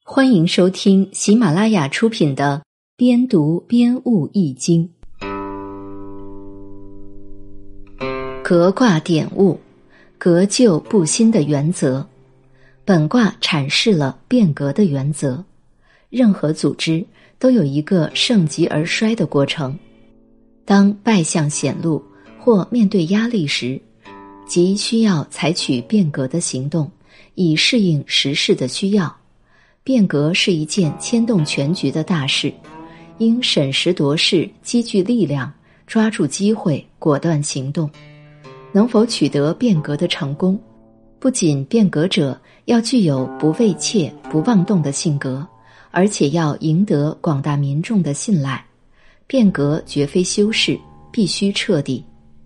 欢迎收听喜马拉雅出品的边读边悟易经。革卦典悟，革旧布新的原则。本卦阐释了变革的原则。任何组织都有一个盛极而衰的过程。当败象显露或面对压力时，即需要采取变革的行动，以适应时事的需要。变革是一件牵动全局的大事，应审时度势，积聚力量，抓住机会，果断行动。能否取得变革的成功，不仅变革者要具有不畏怯、不妄动的性格，而且要赢得广大民众的信赖。变革绝非修饰，必须彻底。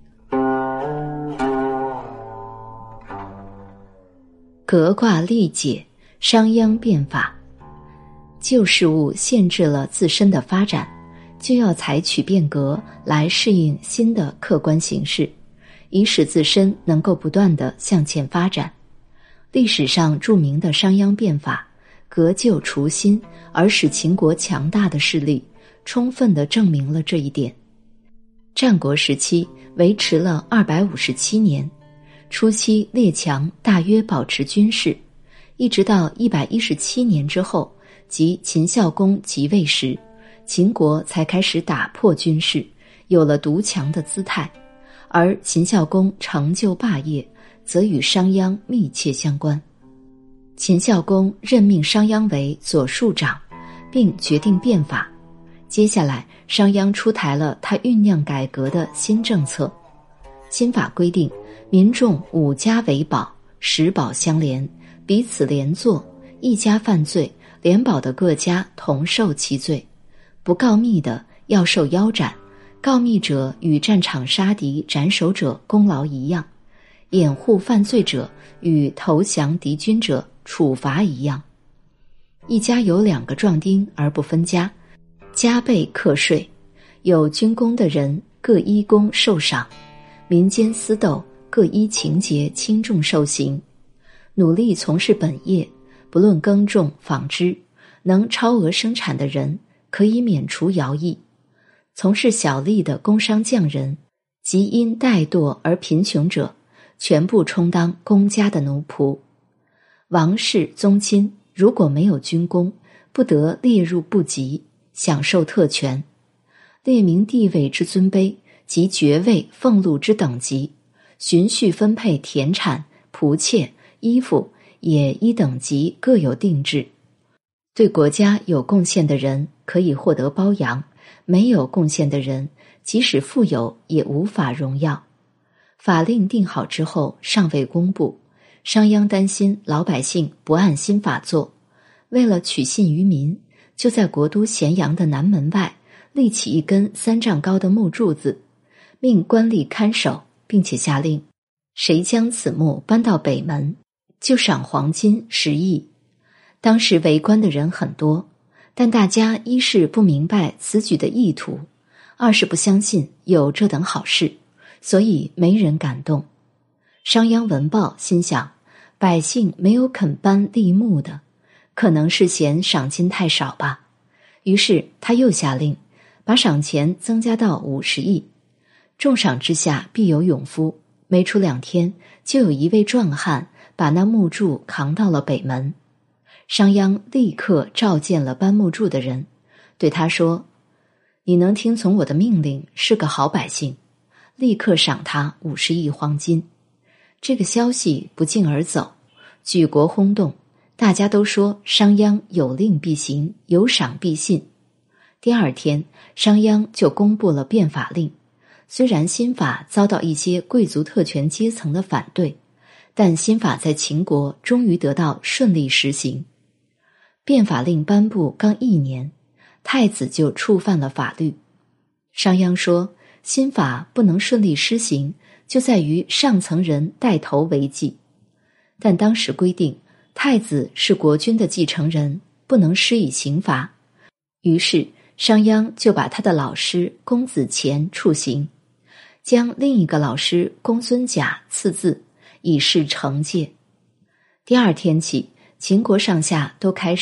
革卦历解，商鞅变法。旧事物限制了自身的发展，就要采取变革来适应新的客观形势，以使自身能够不断地向前发展。历史上著名的商鞅变法，革旧除新而使秦国强大的事例，充分地证明了这一点。战国时期维持了257年，初期列强大约保持均势，一直到117年之后，即秦孝公即位时，秦国才开始打破均势，有了独强的姿态。而秦孝公成就霸业，则与商鞅密切相关。秦孝公任命商鞅为左庶长，并决定变法。接下来，商鞅出台了他酝酿改革的新政策。新法规定，民众5家为保，10保相连，彼此连坐，一家犯罪，联保的各家同受其罪。不告密的要受腰斩，告密者与战场杀敌斩首者功劳一样，掩护犯罪者与投降敌军者处罚一样。一家有2个壮丁而不分家，加倍课税，有军功的人各依功受赏，民间私斗各依情节轻重受刑。努力从事本业，不论耕种纺织，能超额生产的人可以免除徭役。从事小利的工商匠人及因怠惰而贫穷者，全部充当公家的奴仆。王室宗亲如果没有军功，不得列入部级，享受特权。列明地位之尊卑及爵位俸禄之等级，循序分配田产、仆妾、衣服，也依等级各有定制。对国家有贡献的人可以获得褒扬，没有贡献的人即使富有也无法荣耀。法令定好之后尚未公布，商鞅担心老百姓不按新法做，为了取信于民，就在国都咸阳的南门外立起一根3丈高的木柱子，命官吏看守，并且下令，谁将此木搬到北门，就赏黄金10亿。当时围观的人很多，但大家一是不明白此举的意图，二是不相信有这等好事，所以没人敢动。商鞅闻报，心想百姓没有肯搬立木的，可能是嫌赏金太少吧。于是他又下令，把赏钱增加到50亿。重赏之下必有勇夫，没出2天，就有一位壮汉把那木柱扛到了北门。商鞅立刻召见了搬木柱的人，对他说，你能听从我的命令，是个好百姓，立刻赏他50亿黄金。这个消息不胫而走，举国轰动，大家都说商鞅有令必行，有赏必信。第2天，商鞅就公布了变法令。虽然新法遭到一些贵族特权阶层的反对，但新法在秦国终于得到顺利实行。变法令颁布刚1年，太子就触犯了法律。商鞅说，新法不能顺利施行，就在于上层人带头违纪。但当时规定，太子是国君的继承人，不能施以刑罚。于是商鞅就把他的老师公子虔处刑，将另一个老师公孙贾赐字，以示惩戒。第2天起，秦国上下都开始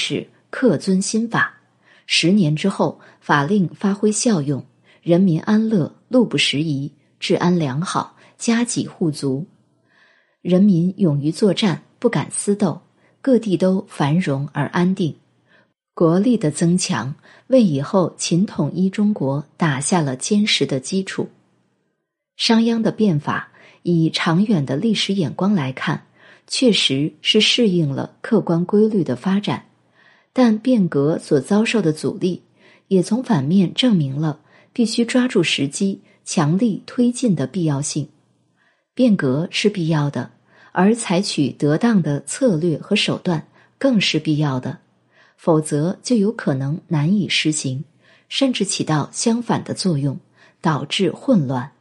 恪遵新法，10年之后，法令发挥效用，人民安乐，路不拾遗，治安良好，家己户足，人民勇于作战，不敢私斗，各地都繁荣而安定，国力的增强为以后秦统一中国打下了坚实的基础。商鞅的变法，以长远的历史眼光来看，确实是适应了客观规律的发展，但变革所遭受的阻力，也从反面证明了必须抓住时机，强力推进的必要性。变革是必要的，而采取得当的策略和手段更是必要的，否则就有可能难以实行，甚至起到相反的作用，导致混乱。